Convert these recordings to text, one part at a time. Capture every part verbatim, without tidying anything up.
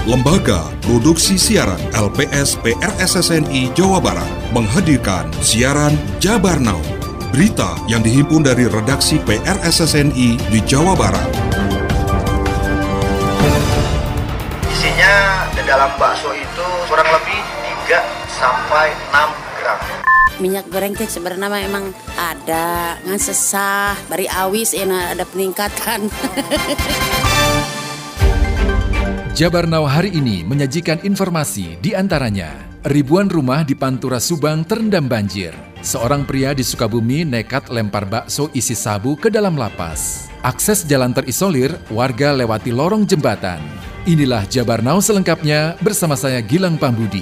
Lembaga Produksi Siaran L P S P R S S N I Jawa Barat menghadirkan siaran Jabar Now, berita yang dihimpun dari redaksi P R S S N I di Jawa Barat. Isinya di dalam bakso itu kurang lebih tiga sampai enam gram. Minyak goreng teh sebenarnya emang ada ngan sesah, bari awis enak ada peningkatan. Jabar Now hari ini menyajikan informasi di antaranya ribuan rumah di Pantura Subang terendam banjir. Seorang pria di Sukabumi nekat lempar bakso isi sabu ke dalam lapas. Akses jalan terisolir, warga lewati lorong jembatan. Inilah Jabar Now selengkapnya bersama saya Gilang Pambudi.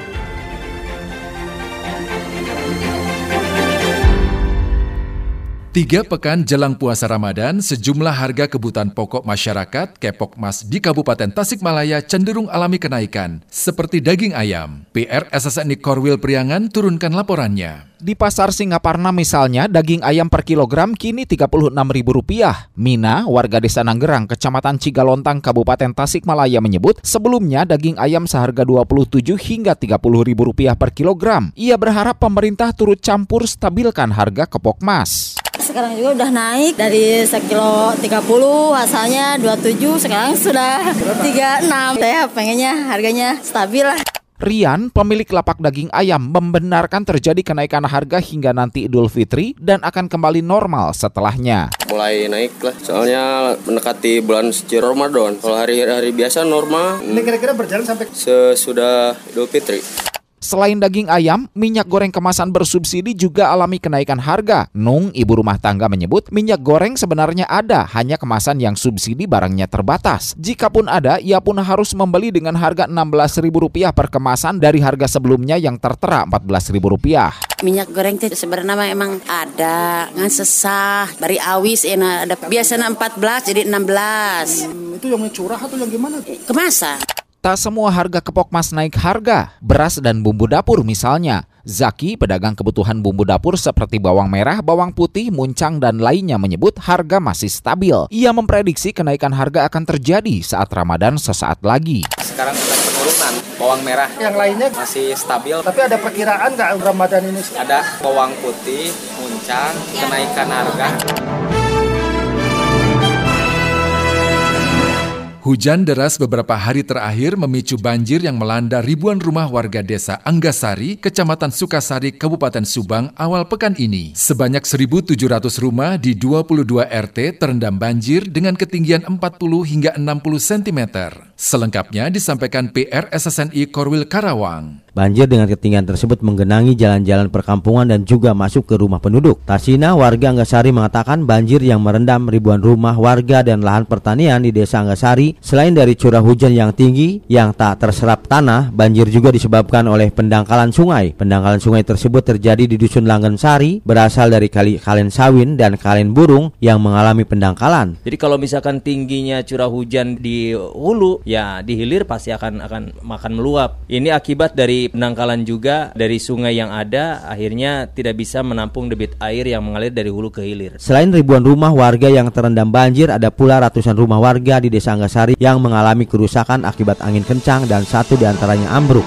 Tiga pekan jelang puasa Ramadan, sejumlah harga kebutuhan pokok masyarakat Kepokmas di Kabupaten Tasikmalaya cenderung alami kenaikan, seperti daging ayam. P R S S N I Korwil Priangan turunkan laporannya. Di Pasar Singaparna misalnya, daging ayam per kilogram kini tiga puluh enam ribu rupiah. Mina, warga Desa Nanggerang, Kecamatan Cigalontang, Kabupaten Tasikmalaya menyebut sebelumnya daging ayam seharga dua puluh tujuh hingga tiga puluh ribu rupiah per kilogram. Ia berharap pemerintah turut campur stabilkan harga Kepokmas. Sekarang juga udah naik dari sekilo tiga puluh, asalnya dua puluh tujuh, sekarang sudah tiga puluh enam. Saya pengennya harganya stabil lah. Rian, pemilik lapak daging ayam, membenarkan terjadi kenaikan harga hingga nanti Idul Fitri dan akan kembali normal setelahnya. Mulai naik lah, soalnya mendekati bulan suci Ramadan. Kalau hari-hari biasa normal. Ini kira-kira berjalan sampai sesudah Idul Fitri. Selain daging ayam, minyak goreng kemasan bersubsidi juga alami kenaikan harga. Nung, ibu rumah tangga menyebut minyak goreng sebenarnya ada, hanya kemasan yang subsidi barangnya terbatas. Jikapun ada, ia pun harus membeli dengan harga enam belas ribu rupiah per kemasan dari harga sebelumnya yang tertera empat belas ribu rupiah. Minyak goreng teh sebenarnya emang ada ngan sesah, bari awis enak ada biasanya empat belas jadi enam belas. Hmm, itu yang curah atau yang gimana? Kemasan. Tak semua harga Kepokmas naik harga. Beras dan bumbu dapur misalnya. Zaki, pedagang kebutuhan bumbu dapur seperti bawang merah, bawang putih, muncang, dan lainnya menyebut harga masih stabil. Ia memprediksi kenaikan harga akan terjadi saat Ramadan sesaat lagi. Sekarang sedang penurunan bawang merah. Yang lainnya masih stabil. Tapi ada perkiraan nggak Ramadan ini? Ada bawang putih, muncang, kenaikan harga. Hujan deras beberapa hari terakhir memicu banjir yang melanda ribuan rumah warga desa Anggasari, Kecamatan Sukasari, Kabupaten Subang awal pekan ini. Sebanyak seribu tujuh ratus rumah di dua puluh dua R T terendam banjir dengan ketinggian empat puluh hingga enam puluh sentimeter. Selengkapnya disampaikan P R S S N I Korwil Karawang. Banjir dengan ketinggian tersebut menggenangi jalan-jalan perkampungan dan juga masuk ke rumah penduduk. Tasina, warga Anggasari mengatakan banjir yang merendam ribuan rumah warga dan lahan pertanian di desa Anggasari. Selain dari curah hujan yang tinggi yang tak terserap tanah, banjir juga disebabkan oleh pendangkalan sungai. Pendangkalan sungai tersebut terjadi di Dusun Langgensari, berasal dari Kali Kalen Sawin dan Kalen Burung yang mengalami pendangkalan. Jadi kalau misalkan tingginya curah hujan di hulu, ya di hilir pasti akan akan makan meluap. Ini akibat dari pendangkalan juga dari sungai yang ada, akhirnya tidak bisa menampung debit air yang mengalir dari hulu ke hilir. Selain ribuan rumah warga yang terendam banjir, ada pula ratusan rumah warga di desa Anggasari yang mengalami kerusakan akibat angin kencang dan satu diantaranya ambruk.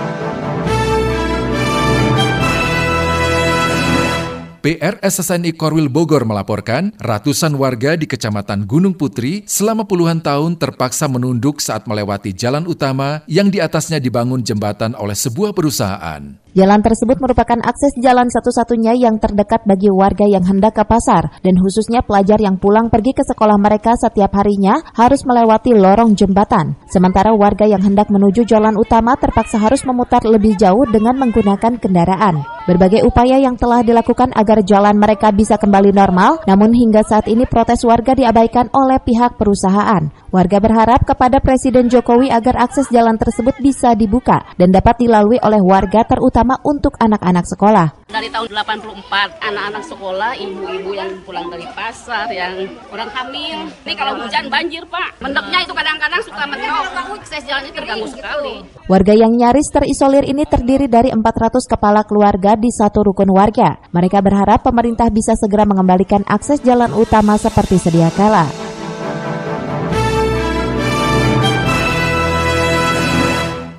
P R S S N I Korwil Bogor melaporkan ratusan warga di Kecamatan Gunung Putri selama puluhan tahun terpaksa menunduk saat melewati jalan utama yang di atasnya dibangun jembatan oleh sebuah perusahaan. Jalan tersebut merupakan akses jalan satu-satunya yang terdekat bagi warga yang hendak ke pasar, dan khususnya pelajar yang pulang pergi ke sekolah mereka setiap harinya harus melewati lorong jembatan. Sementara warga yang hendak menuju jalan utama terpaksa harus memutar lebih jauh dengan menggunakan kendaraan. Berbagai upaya yang telah dilakukan agar jalan mereka bisa kembali normal, namun hingga saat ini protes warga diabaikan oleh pihak perusahaan. Warga berharap kepada Presiden Jokowi agar akses jalan tersebut bisa dibuka dan dapat dilalui oleh warga, terutama untuk anak-anak sekolah. Dari tahun delapan puluh empat, anak-anak sekolah, ibu-ibu yang pulang dari pasar, yang orang hamil. Ini kalau hujan banjir, Pak. Mendeknya itu kadang-kadang suka mentok. Akses jalannya terganggu sekali. Warga yang nyaris terisolir ini terdiri dari empat ratus kepala keluarga di satu rukun warga. Mereka berharap pemerintah bisa segera mengembalikan akses jalan utama seperti sedia kala.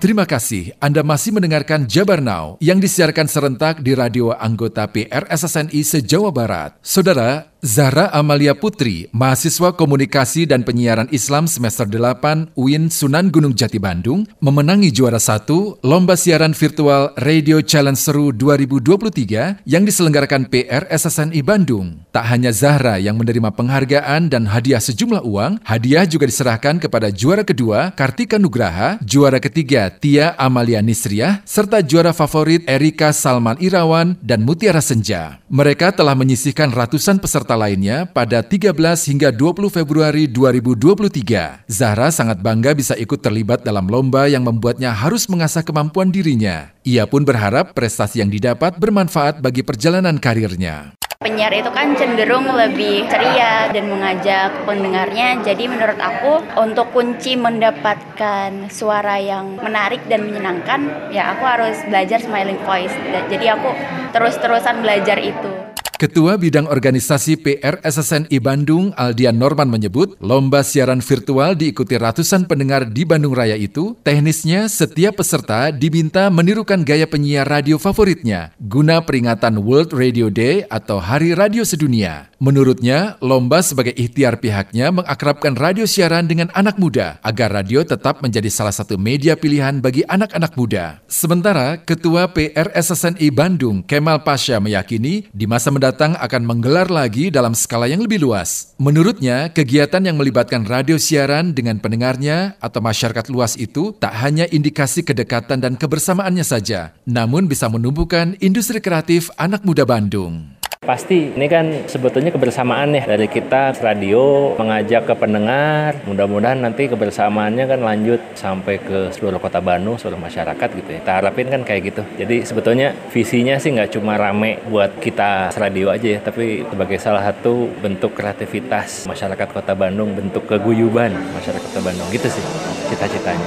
Terima kasih Anda masih mendengarkan Jabar Now yang disiarkan serentak di radio anggota P R S S N I se-Jawa Barat. Saudara, Zahra Amalia Putri, mahasiswa komunikasi dan penyiaran Islam semester delapan U I N Sunan Gunung Jati Bandung, memenangi juara satu Lomba Siaran Virtual Radio Challenge Seru dua ribu dua puluh tiga yang diselenggarakan P R S S N I Bandung. Tak hanya Zahra yang menerima penghargaan dan hadiah sejumlah uang, hadiah juga diserahkan kepada juara kedua Kartika Nugraha, juara ketiga Tia Amalia Nisriah, serta juara favorit Erika Salman Irawan dan Mutiara Senja. Mereka telah menyisihkan ratusan peserta lainnya pada tiga belas hingga dua puluh Februari dua ribu dua puluh tiga. Zahra sangat bangga bisa ikut terlibat dalam lomba yang membuatnya harus mengasah kemampuan dirinya. Ia pun berharap prestasi yang didapat bermanfaat bagi perjalanan karirnya. Penyiar itu kan cenderung lebih ceria dan mengajak pendengarnya. Jadi menurut aku untuk kunci mendapatkan suara yang menarik dan menyenangkan, ya aku harus belajar smiling voice. Jadi aku terus-terusan belajar itu. Ketua Bidang Organisasi P R S S N I Bandung, Aldian Norman menyebut, lomba siaran virtual diikuti ratusan pendengar di Bandung Raya itu, teknisnya setiap peserta diminta menirukan gaya penyiar radio favoritnya, guna peringatan World Radio Day atau Hari Radio Sedunia. Menurutnya, lomba sebagai ikhtiar pihaknya mengakrabkan radio siaran dengan anak muda, agar radio tetap menjadi salah satu media pilihan bagi anak-anak muda. Sementara, Ketua P R S S N I Bandung, Kemal Pasha meyakini, di masa mendatang akan menggelar lagi dalam skala yang lebih luas. Menurutnya, kegiatan yang melibatkan radio siaran dengan pendengarnya atau masyarakat luas itu tak hanya indikasi kedekatan dan kebersamaannya saja, namun bisa menumbuhkan industri kreatif anak muda Bandung. Pasti ini kan sebetulnya kebersamaan ya dari kita radio mengajak ke pendengar, mudah-mudahan nanti kebersamaannya kan lanjut sampai ke seluruh kota Bandung, seluruh masyarakat gitu ya. Kita harapin kan kayak gitu. Jadi sebetulnya visinya sih nggak cuma rame buat kita radio aja ya, tapi sebagai salah satu bentuk kreativitas masyarakat kota Bandung, bentuk keguyuban masyarakat kota Bandung gitu sih cita-citanya.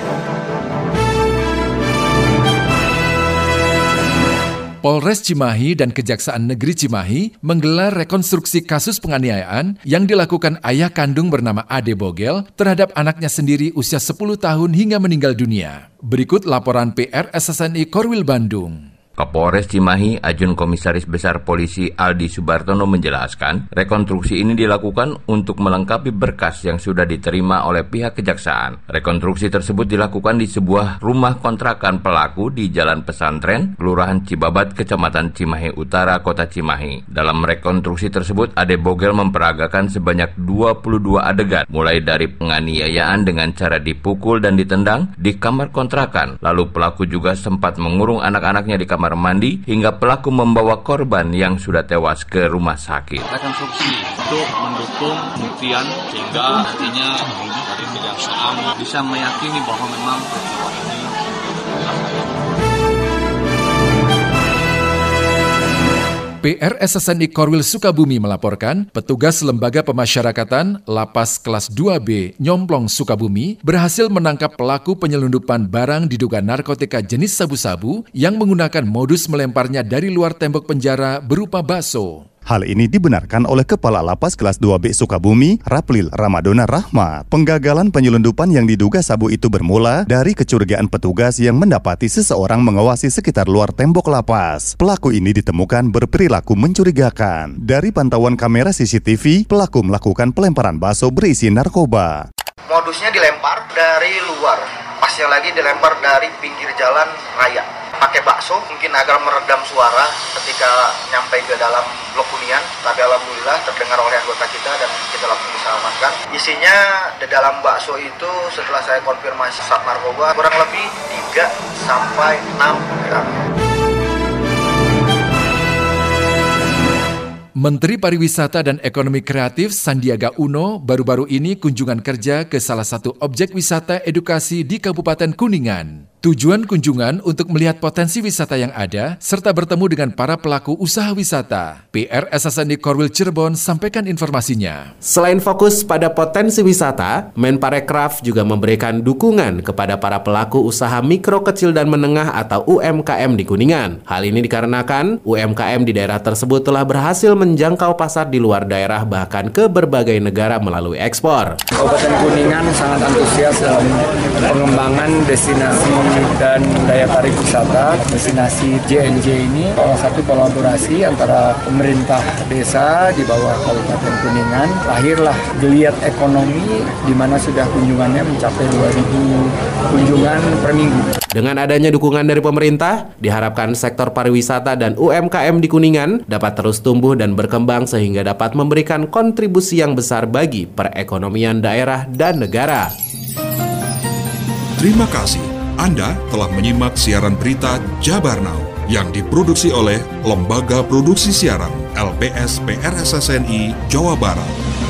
Polres Cimahi dan Kejaksaan Negeri Cimahi menggelar rekonstruksi kasus penganiayaan yang dilakukan ayah kandung bernama Ade Bogel terhadap anaknya sendiri usia sepuluh tahun hingga meninggal dunia. Berikut laporan P R S S N I Korwil Bandung. Kapolres Cimahi, Ajun Komisaris Besar Polisi Aldi Subartono menjelaskan, rekonstruksi ini dilakukan untuk melengkapi berkas yang sudah diterima oleh pihak kejaksaan. Rekonstruksi tersebut dilakukan di sebuah rumah kontrakan pelaku di Jalan Pesantren, Kelurahan Cibabat, Kecamatan Cimahi Utara, Kota Cimahi. Dalam rekonstruksi tersebut, Ade Bogel memperagakan sebanyak dua puluh dua adegan, mulai dari penganiayaan dengan cara dipukul dan ditendang di kamar kontrakan. Lalu pelaku juga sempat mengurung anak-anaknya di kamar mandi hingga pelaku membawa korban yang sudah tewas ke rumah sakit. Rekonstruksi untuk mendukung pembuktian sehingga nantinya dari kejaksaan bisa meyakini bahwa memang peristiwa ini P R S S N I Korwil Sukabumi melaporkan, petugas Lembaga Pemasyarakatan Lapas Kelas dua B Nyomplong Sukabumi berhasil menangkap pelaku penyelundupan barang diduga narkotika jenis sabu-sabu yang menggunakan modus melemparnya dari luar tembok penjara berupa bakso. Hal ini dibenarkan oleh Kepala Lapas Kelas dua B Sukabumi, Raplil Ramadona Rahmat. Penggagalan penyelundupan yang diduga sabu itu bermula dari kecurigaan petugas yang mendapati seseorang mengawasi sekitar luar tembok lapas. Pelaku ini ditemukan berperilaku mencurigakan. Dari pantauan kamera C C T V, pelaku melakukan pelemparan bakso berisi narkoba. Modusnya dilempar dari luar, pasnya lagi dilempar dari pinggir jalan raya. Pakai bakso mungkin agar meredam suara ketika nyampe ke dalam blok hunian, tapi alhamdulillah terdengar oleh anggota kita dan kita langsung bisa amankan. Isinya di dalam bakso itu setelah saya konfirmasi zat narkoba kurang lebih tiga sampai enam gram. Menteri Pariwisata dan Ekonomi Kreatif Sandiaga Uno baru-baru ini kunjungan kerja ke salah satu objek wisata edukasi di Kabupaten Kuningan. Tujuan kunjungan untuk melihat potensi wisata yang ada, serta bertemu dengan para pelaku usaha wisata. P R S S N I Korwil Cirebon sampaikan informasinya. Selain fokus pada potensi wisata, Menparekraf juga memberikan dukungan kepada para pelaku usaha mikro, kecil, dan menengah atau U M K M di Kuningan. Hal ini dikarenakan U M K M di daerah tersebut telah berhasil menjangkau pasar di luar daerah bahkan ke berbagai negara melalui ekspor. Kabupaten Kuningan sangat antusias dalam pengembangan destinasi dan daya tarik wisata. Destinasi J N J ini salah satu kolaborasi antara pemerintah desa di bawah Kabupaten Kuningan. Lahirlah geliat ekonomi di mana sudah kunjungannya mencapai dua ribu kunjungan per minggu. Dengan adanya dukungan dari pemerintah, diharapkan sektor pariwisata dan U M K M di Kuningan dapat terus tumbuh dan berkembang sehingga dapat memberikan kontribusi yang besar bagi perekonomian daerah dan negara. Terima kasih. Anda telah menyimak siaran berita Jabar Now yang diproduksi oleh Lembaga Produksi Siaran L P S P R S S N I Jawa Barat.